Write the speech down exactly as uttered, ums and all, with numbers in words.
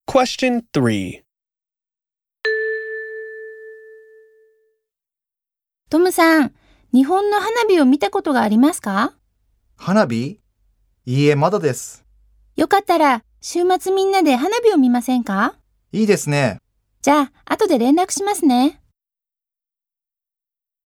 Question three. トムさん、日本の花火を見たことがありますか？ 花火？いいえ、まだです。 よかったら、週末みんなで花火を見ませんか？ いいですね。 じゃあ、後で連絡しますね。